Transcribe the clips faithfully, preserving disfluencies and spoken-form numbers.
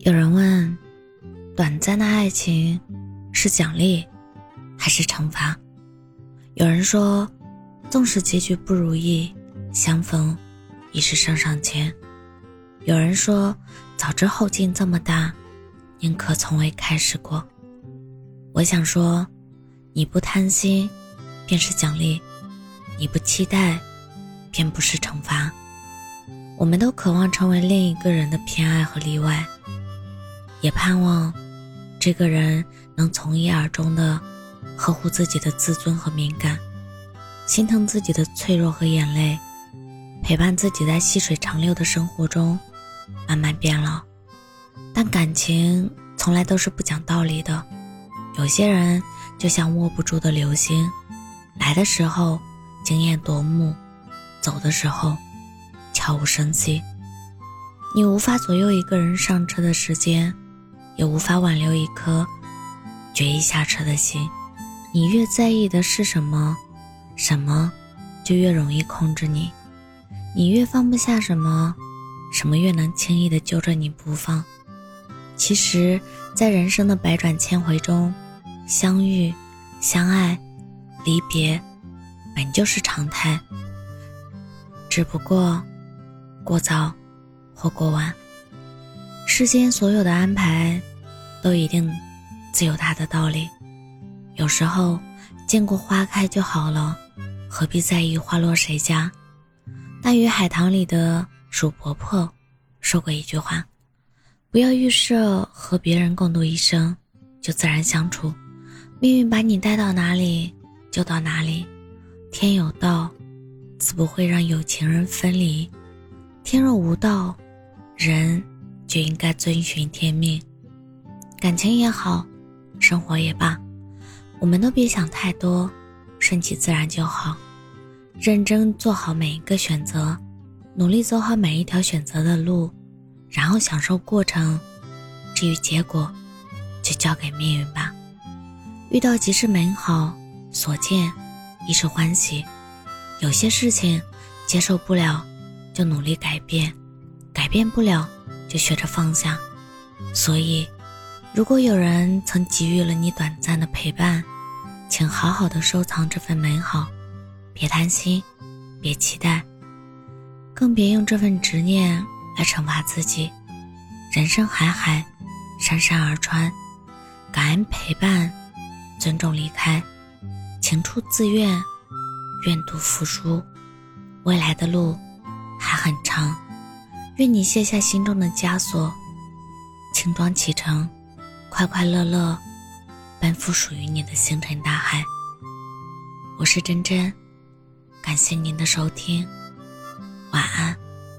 有人问，短暂的爱情是奖励还是惩罚？有人说，纵使结局不如意，相逢已是上上签。有人说，早知后劲这么大，宁可从未开始过。我想说，你不贪心便是奖励，你不期待便不是惩罚。我们都渴望成为另一个人的偏爱和例外，也盼望这个人能从一而终地呵护自己的自尊和敏感，心疼自己的脆弱和眼泪，陪伴自己在细水长流的生活中慢慢变老。但感情从来都是不讲道理的，有些人就像握不住的流星，来的时候惊艳夺目，走的时候悄无声息。你无法左右一个人上车的时间，也无法挽留一颗决意下车的心。你越在意的是什么，什么就越容易控制你。你越放不下什么，什么越能轻易地揪着你不放。其实在人生的百转千回中，相遇、相爱、离别本就是常态，只不过过早或过晚。世间所有的安排都一定自有它的道理，有时候见过花开就好了，何必在意花落谁家。大鱼海棠里的鼠婆婆说过一句话，不要预设和别人共度一生就自然相处，命运把你带到哪里就到哪里，天有道自不会让有情人分离，天若无道，人就应该遵循天命。感情也好，生活也罢，我们都别想太多，顺其自然就好。认真做好每一个选择，努力走好每一条选择的路，然后享受过程，至于结果就交给命运吧。遇到即是美好，所见亦是欢喜。有些事情接受不了就努力改变，改变不了就学着放下。所以如果有人曾给予了你短暂的陪伴，请好好的收藏这份美好，别贪心，别期待，更别用这份执念来惩罚自己。人生海海，山山而川，感恩陪伴，尊重离开，情出自愿，愿赌服输。未来的路还很长，愿你卸下心中的枷锁，轻装启程，快快乐乐奔赴属于你的星辰大海。我是真真，感谢您的收听，晚安。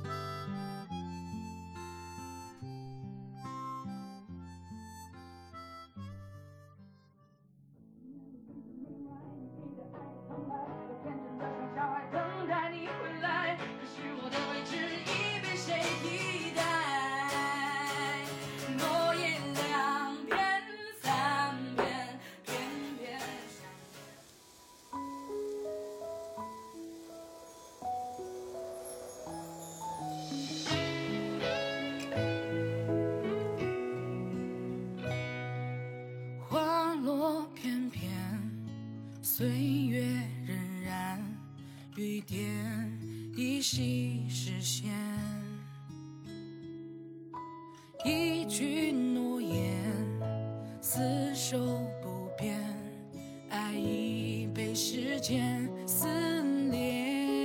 岁月荏苒，雨点依稀实现，一句诺言厮守不变，爱已被时间撕裂。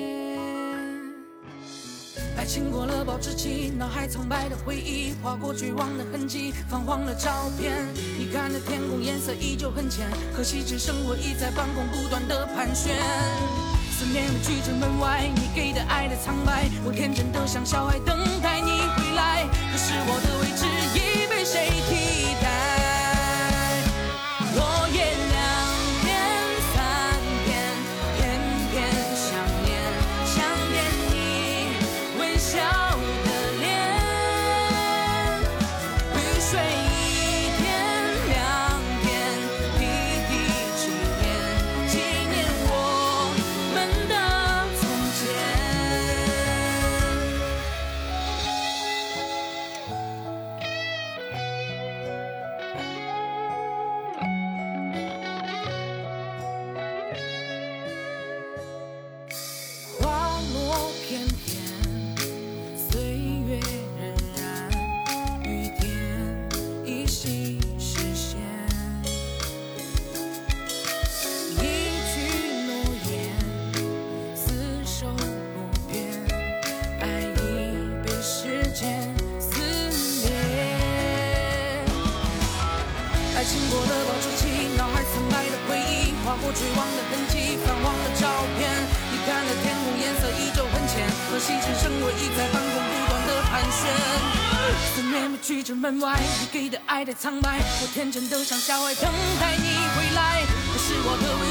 爱情过了保质期，脑海苍白的回忆划过绝望的痕迹，泛黄了照片。你看的天空颜色依旧很浅，可惜只生活已在半空不断的盘旋。思念的拒之门外，你给的爱的苍白，我天真的像小孩等待你回来，可是我的位置已被谁替代？落叶两片三片，偏偏想念想念你微笑的脸，雨水一天两天，滴滴纪念纪念我们的从前。 过绝望的痕迹，泛黄的照片。你看了天空颜色依旧很浅，可惜只剩我一在半空不断的盘旋。思念被拒之门外，你给的爱太苍白，我天真的像夏花等待你回来。可是我的